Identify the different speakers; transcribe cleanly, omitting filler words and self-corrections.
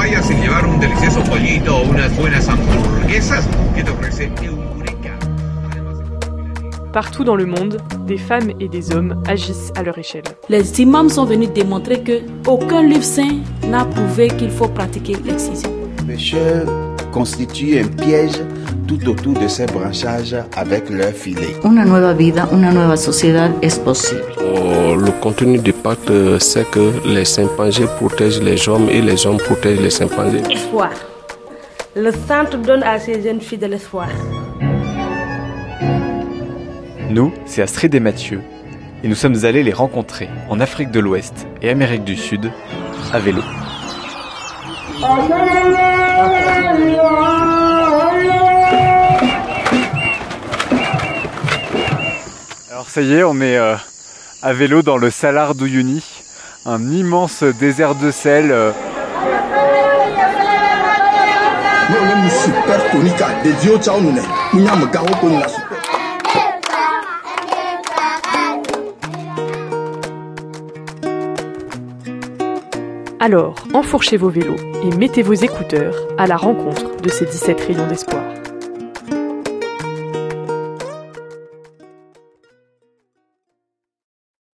Speaker 1: vaya sin llevar un delicioso pollito o unas buenas hamburguesas que te ofrece Eureka.
Speaker 2: Partout dans le monde, des femmes et des hommes agissent à leur échelle.
Speaker 3: Les imams sont venus démontrer que aucun livre saint n'a prouvé qu'il faut pratiquer l'excision.
Speaker 4: Les pêcheurs constituent un piège tout autour de ces branchages avec leurs filets.
Speaker 5: Una nueva vida, una nueva sociedad es posible.
Speaker 6: Le contenu du pacte, c'est que les chimpanzés protègent les hommes et les hommes protègent les chimpanzés.
Speaker 7: Espoir. Le centre donne à ces jeunes filles de l'espoir.
Speaker 8: Nous, c'est Astrid et Mathieu, et nous sommes allés les rencontrer en Afrique de l'Ouest et Amérique du Sud, à vélo. Alors ça y est, on est à vélo dans le Salar d'Uyuni, un immense désert de sel.
Speaker 2: Alors, enfourchez vos vélos et mettez vos écouteurs à la rencontre de ces 17 rayons d'espoir.